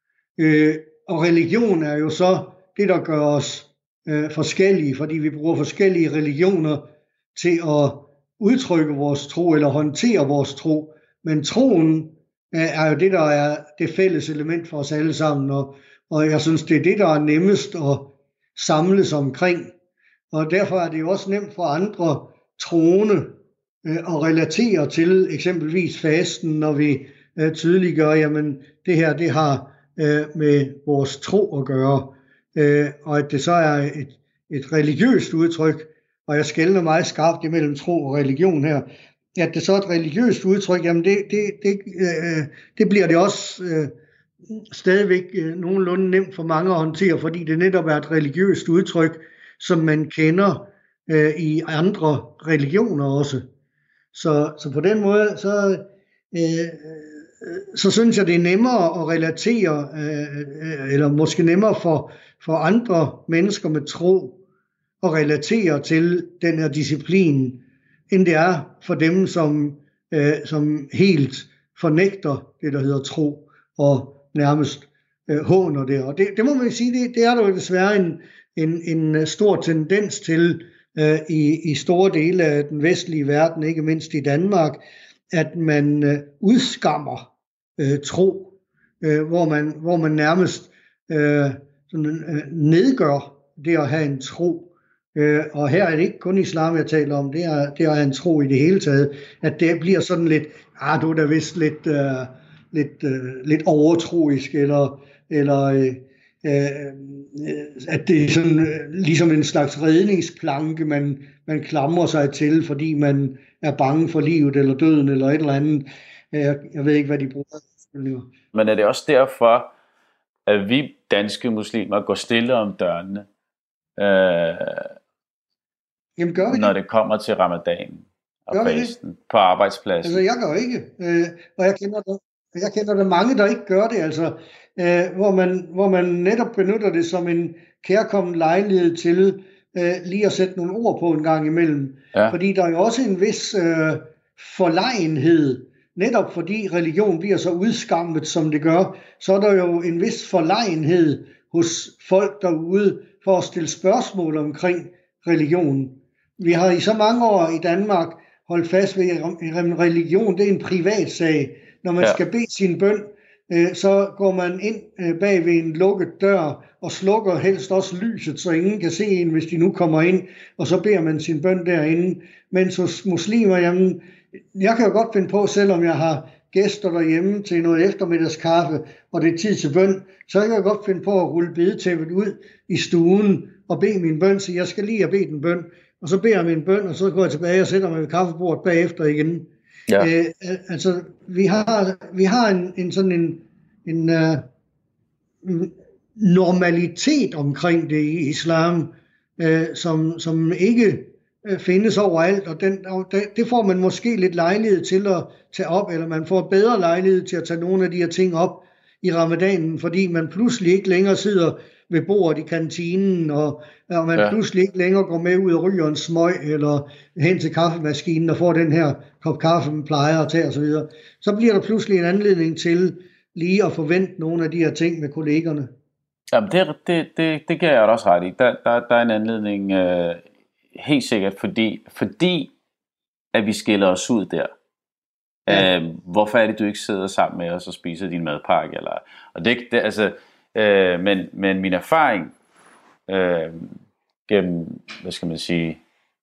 Og religion er jo så det, der gør os forskellige, fordi vi bruger forskellige religioner til at udtrykke vores tro eller håndtere vores tro. Men troen er jo det, der er det fælles element for os alle sammen, og, og jeg synes, det er det, der er nemmest at samles omkring. Og derfor er det jo også nemt for andre troende øh, at relatere til eksempelvis fasten, når vi øh, tydeliggør, jamen det her, det har øh, med vores tro at gøre. Øh, og at det så er et, et religiøst udtryk, og jeg skelner meget skarpt imellem tro og religion her, at det så er et religiøst udtryk, jamen det, det, det, øh, det bliver det også øh, stadigvæk øh, nogenlunde nemt for mange at håndtere, fordi det netop er et religiøst udtryk, som man kender øh, i andre religioner også. Så, så på den måde, så, øh, så synes jeg, det er nemmere at relatere, øh, eller måske nemmere for, for andre mennesker med tro, at relatere til den her disciplin, end det er for dem, som, øh, som helt fornægter det, der hedder tro, og nærmest øh, håner det. Og det, det må man sige, det, det er der jo desværre en, en, en stor tendens til øh, i, i store dele af den vestlige verden, ikke mindst i Danmark, at man øh, udskammer øh, tro, øh, hvor, man, hvor man nærmest øh, sådan, øh, nedgør det at have en tro. Øh, og her er det ikke kun islam, jeg taler om, det er, det er en tro i det hele taget, at det bliver sådan lidt, ah, du er da vist lidt, øh, lidt, øh, lidt overtroisk, eller, eller øh, øh, at det er sådan, øh, ligesom en slags redningsplanke, man, man klamrer sig til, fordi man er bange for livet, eller døden, eller et eller andet. Jeg, jeg ved ikke, hvad de bruger. Men er det også derfor, at vi danske muslimer går stille om dørene, øh, Jamen gør vi når det? det kommer til ramadanen og Gør vi det? fasten på arbejdspladsen. Altså, jeg gør ikke. Øh, og jeg kender, der, jeg kender der mange, der ikke gør det, altså, øh, hvor, man, hvor man netop benytter det som en kærkommen lejlighed til øh, lige at sætte nogle ord på en gang imellem. Ja. Fordi der er jo også en vis øh, forlegenhed, netop fordi religion bliver så udskammet, som det gør, så er der jo en vis forlegenhed hos folk derude for at stille spørgsmål omkring religion. Vi har i så mange år i Danmark holdt fast ved, at religion det er en privat sag. Når man Ja. skal bede sin bøn, øh, så går man ind øh, bag ved en lukket dør og slukker helst også lyset, så ingen kan se en, hvis de nu kommer ind, og så beder man sin bøn derinde. Mens hos muslimer, jamen, jeg kan jo godt finde på, selvom jeg har gæster derhjemme til noget eftermiddagskaffe, og det er tid til bøn, så kan jeg godt finde på at rulle bedetæppet ud i stuen og bede min bøn, så jeg skal lige have bedt en bøn, og så beder jeg min bøn, og så går jeg tilbage og sætter mig ved kaffebordet bagefter igen. Ja. Øh, altså, vi har, vi har en, en sådan en, en uh, normalitet omkring det i islam, uh, som, som ikke uh, findes overalt, og, den, og det, det får man måske lidt lejlighed til at tage op, eller man får bedre lejlighed til at tage nogle af de her ting op i ramadanen, fordi man pludselig ikke længere sidder ved bordet i kantinen, og, og man Ja. ja. pludselig ikke længere går med ud og ryger en smøg, eller hen til kaffemaskinen og får den her kop kaffe, man plejer at tage osv. Så, så bliver der pludselig en anledning til lige at forvente nogle af de her ting med kollegerne. Jamen, det, det, det, det giver jeg også ret i. Der, der, der er en anledning, øh, helt sikkert, fordi, fordi at vi skiller os ud der. Ja. Øh, hvorfor er det, du ikke sidder sammen med os og spiser din madpakke? Eller, og det, det, altså, øh, men, men min erfaring øh, gennem, hvad skal man sige,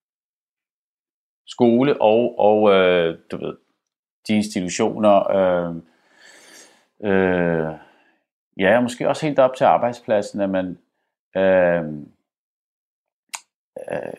skole og, og øh, du ved, de institutioner, øh, øh, ja, måske også helt op til arbejdspladsen, at man øh, øh,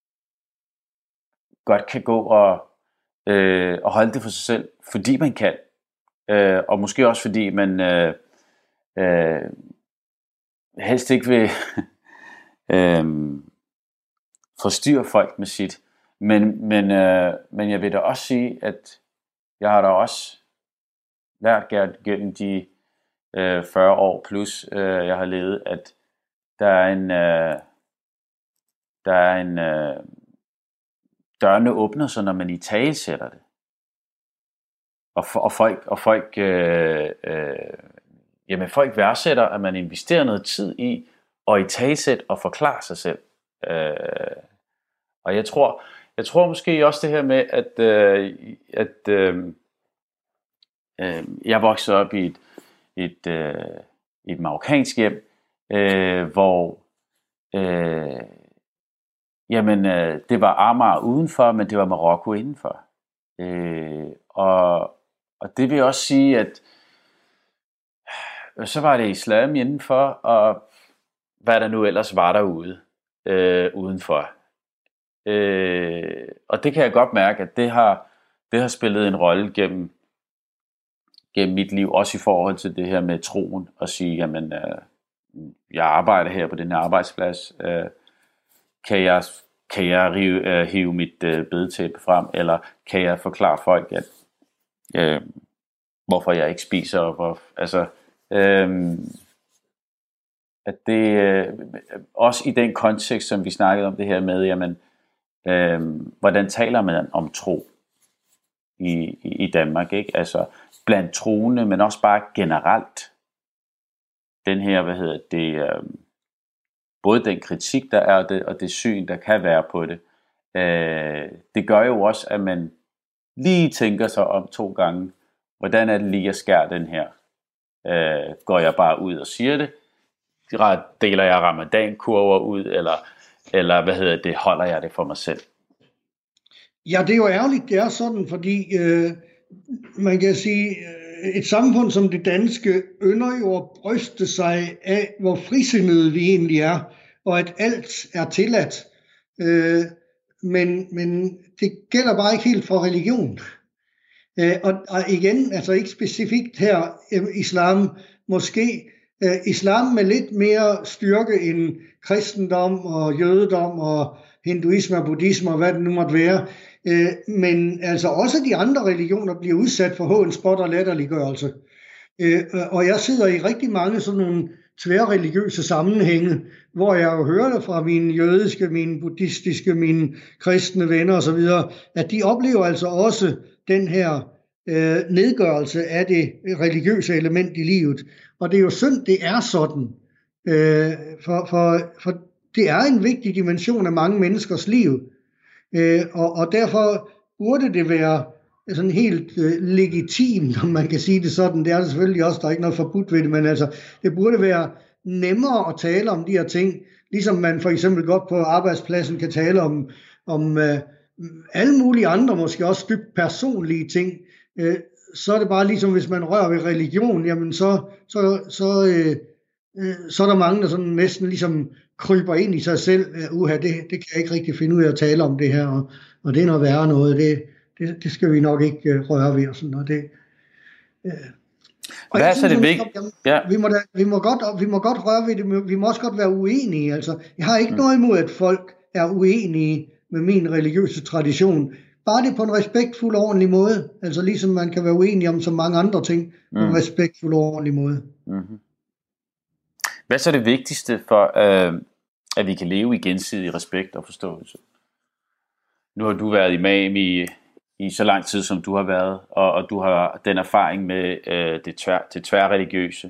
godt kan gå og, øh, og holde det for sig selv, fordi man kan. Øh, og måske også fordi man øh, øh, helst ikke vil øh, forstyrre folk med sit. Men, men, øh, men jeg vil da også sige, at jeg har da også lært gennem de øh, fyrre år plus, øh, jeg har levet, at der er en, øh, der er en øh, dørene åbner sig, når man i tale sætter det. Og, for, og folk, og folk, øh, øh, jamen folk værdsætter, at man investerer noget tid i at i talesæt og forklare sig selv. Øh, og jeg tror, jeg tror måske også det her med, at, øh, at øh, øh, jeg voksede op i et, et, øh, et marokkansk hjem, øh, hvor øh, jamen, øh, det var Amager udenfor, men det var Marokko indenfor. Øh, og, og det vil også sige, at så var det islam indenfor, og hvad der nu ellers var derude øh, udenfor. Øh, og det kan jeg godt mærke, at det har, det har spillet en rolle gennem, gennem mit liv, også i forhold til det her med troen, og sige, jamen, øh, jeg arbejder her på den her arbejdsplads, øh, kan jeg, kan jeg rive, øh, hive mit øh, bedetæppe frem, eller kan jeg forklare folk, at, øh, hvorfor jeg ikke spiser, og hvor, altså, øh, at det, øh, også i den kontekst, som vi snakkede om det her med, jamen, øh, hvordan taler man om tro i, i, i Danmark, ikke? Altså, blandt troende, men også bare generelt. Den her, hvad hedder det, øh, både den kritik, der er, og det, og det syn, der kan være på det, øh, det gør jo også, at man lige tænker sig om to gange, hvordan er det lige at skære den her? Øh, går jeg bare ud og siger det? Deler jeg ramadankurver ud, eller, eller hvad hedder det, holder jeg det for mig selv? Ja, det er jo ærgerligt, det er sådan, fordi øh, man kan sige, øh, et samfund som det danske ynder jo at bryste sig af, hvor frisindede vi egentlig er, og at alt er tilladt. Øh, men, men det gælder bare ikke helt for religion. Øh, og, og igen, altså ikke specifikt her, øh, islam, måske Øh, islam med lidt mere styrke end kristendom og jødedom og hinduisme og buddhisme og hvad det nu måtte være. Øh, men altså også de andre religioner bliver udsat for hån, spot og latterliggørelse. Øh, og jeg sidder i rigtig mange sådan nogle tværreligiøse sammenhænge, hvor jeg jo hører det fra mine jødiske, mine buddhistiske, mine kristne venner osv., at de oplever altså også den her øh, nedgørelse af det religiøse element i livet. Og det er jo synd, det er sådan. Øh, for, for, for det er en vigtig dimension af mange menneskers liv. Øh, og, og derfor burde det være sådan helt øh, legitimt, om man kan sige det sådan. Det er det selvfølgelig også, der er ikke noget forbudt ved det, men altså, det burde være nemmere at tale om de her ting, ligesom man for eksempel godt på arbejdspladsen kan tale om, om øh, alle mulige andre, måske også dybt personlige ting. Øh, så er det bare ligesom, hvis man rører ved religion, jamen så, så, så, øh, øh, så er der mange, der sådan næsten ligesom kryber ind i sig selv. Uha, det, det kan jeg ikke rigtig finde ud af at tale om det her, og, og det er noget værre noget, det Det, det skal vi nok ikke uh, røre ved og sådan noget. Det, uh, og Hvad er så det vigtigt? Ja. Vi, må da, vi, må godt, vi må godt røre ved det, men vi må også godt være uenige. Altså, jeg har ikke mm. noget imod, at folk er uenige med min religiøse tradition. Bare det på en respektfuld og ordentlig måde. Altså ligesom man kan være uenig om så mange andre ting, mm. på en respektfuld og ordentlig måde. Mm-hmm. Hvad er så det vigtigste for, øh, at vi kan leve i gensidig respekt og forståelse? Nu har du været imam i i så lang tid, som du har været, og, og du har den erfaring med øh, det, tvær, det tværreligiøse.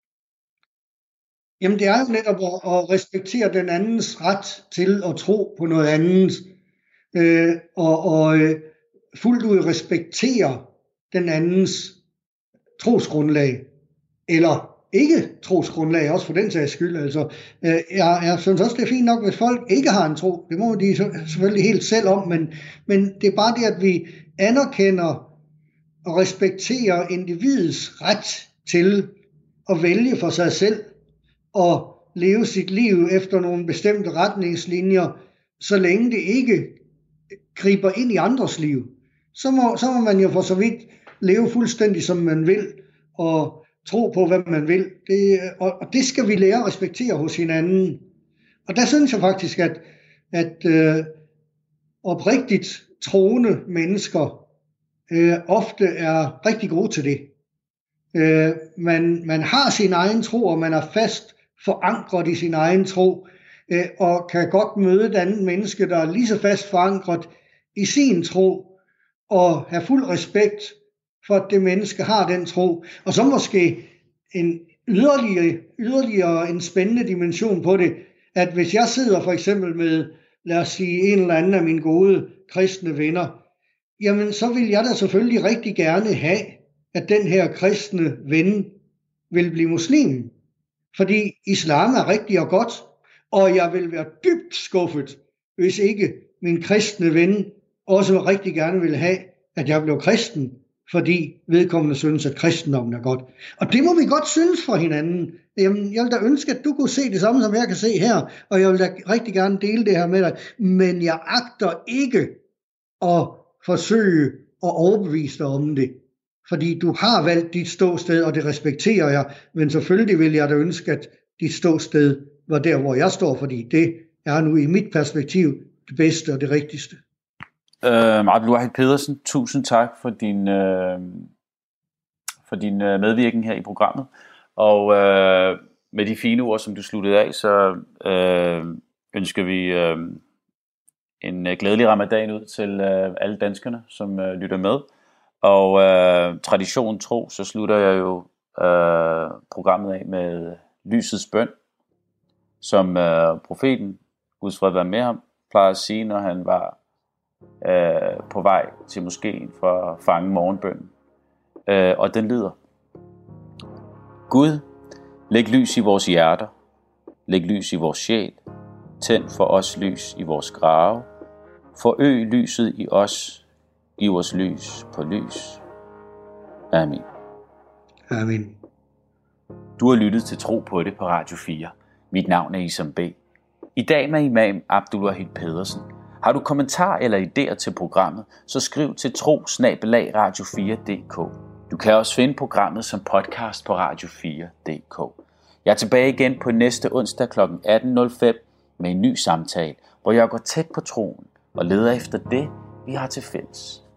Jamen det er jo netop at, at respektere den andens ret til at tro på noget andet, øh, og, og øh, fuldt ud respektere den andens trosgrundlag, eller ikke trosgrundlag, også for den sags skyld. Altså, øh, jeg, jeg synes også, det er fint nok, hvis folk ikke har en tro. Det må de selvfølgelig helt selv om, men, men det er bare det, at vi anerkender og respekterer individets ret til at vælge for sig selv og leve sit liv efter nogle bestemte retningslinjer, så længe det ikke griber ind i andres liv. Så må, så må man jo for så vidt leve fuldstændig, som man vil, og tro på, hvad man vil. Det, og, og det skal vi lære at respektere hos hinanden. Og der synes jeg faktisk, at, at øh, oprigtigt troende mennesker øh, ofte er rigtig gode til det. Øh, man, man har sin egen tro, og man er fast forankret i sin egen tro, øh, og kan godt møde et andet menneske, der er lige så fast forankret i sin tro, og have fuld respekt for at det menneske har den tro. Og så måske en yderligere, yderligere en spændende dimension på det, at hvis jeg sidder for eksempel med, lad os sige, en eller anden af mine gode kristne venner, jamen så vil jeg da selvfølgelig rigtig gerne have, at den her kristne ven vil blive muslim. Fordi islam er rigtig og godt, og jeg vil være dybt skuffet, hvis ikke min kristne ven også rigtig gerne vil have, at jeg bliver kristen, fordi vedkommende synes, at kristendommen er godt. Og det må vi godt synes for hinanden. Jamen, jeg vil da ønske, at du kunne se det samme, som jeg kan se her, og jeg vil da rigtig gerne dele det her med dig, men jeg agter ikke at forsøge at overbevise dig om det, fordi du har valgt dit ståsted, og det respekterer jeg, men selvfølgelig vil jeg da ønske, at dit ståsted var der, hvor jeg står, fordi det er nu i mit perspektiv det bedste og det rigtigste. Uh, Abdul-Wahid Pedersen, tusind tak for din, uh, for din uh, medvirken her i programmet. Og uh, med de fine ord, som du sluttede af, så uh, ønsker vi uh, en uh, glædelig ramadan ud til uh, alle danskerne, som uh, lytter med. Og uh, tradition tro, så slutter jeg jo uh, programmet af med lysets bøn, som uh, profeten, Guds fred være med ham, plejer at sige, når han var Uh, på vej til moskeen for at fange morgenbønnen. Uh, og den lyder: Gud, læg lys i vores hjerter, læg lys i vores sjæl, tænd for os lys i vores grave, forøg lyset i os, giv os lys på lys. Amen. Amen. Du har lyttet til Tro på det på Radio fire. Mit navn er Isam B. I dag med imam Abdul-Wahid Pedersen. Har du kommentar eller idéer til programmet, så skriv til tro bindestreg radio fire punktum d k. Du kan også finde programmet som podcast på radio fire punktum d k. Jeg er tilbage igen på næste onsdag klokken atten nul fem med en ny samtale, hvor jeg går tæt på troen og leder efter det, vi har til fælles.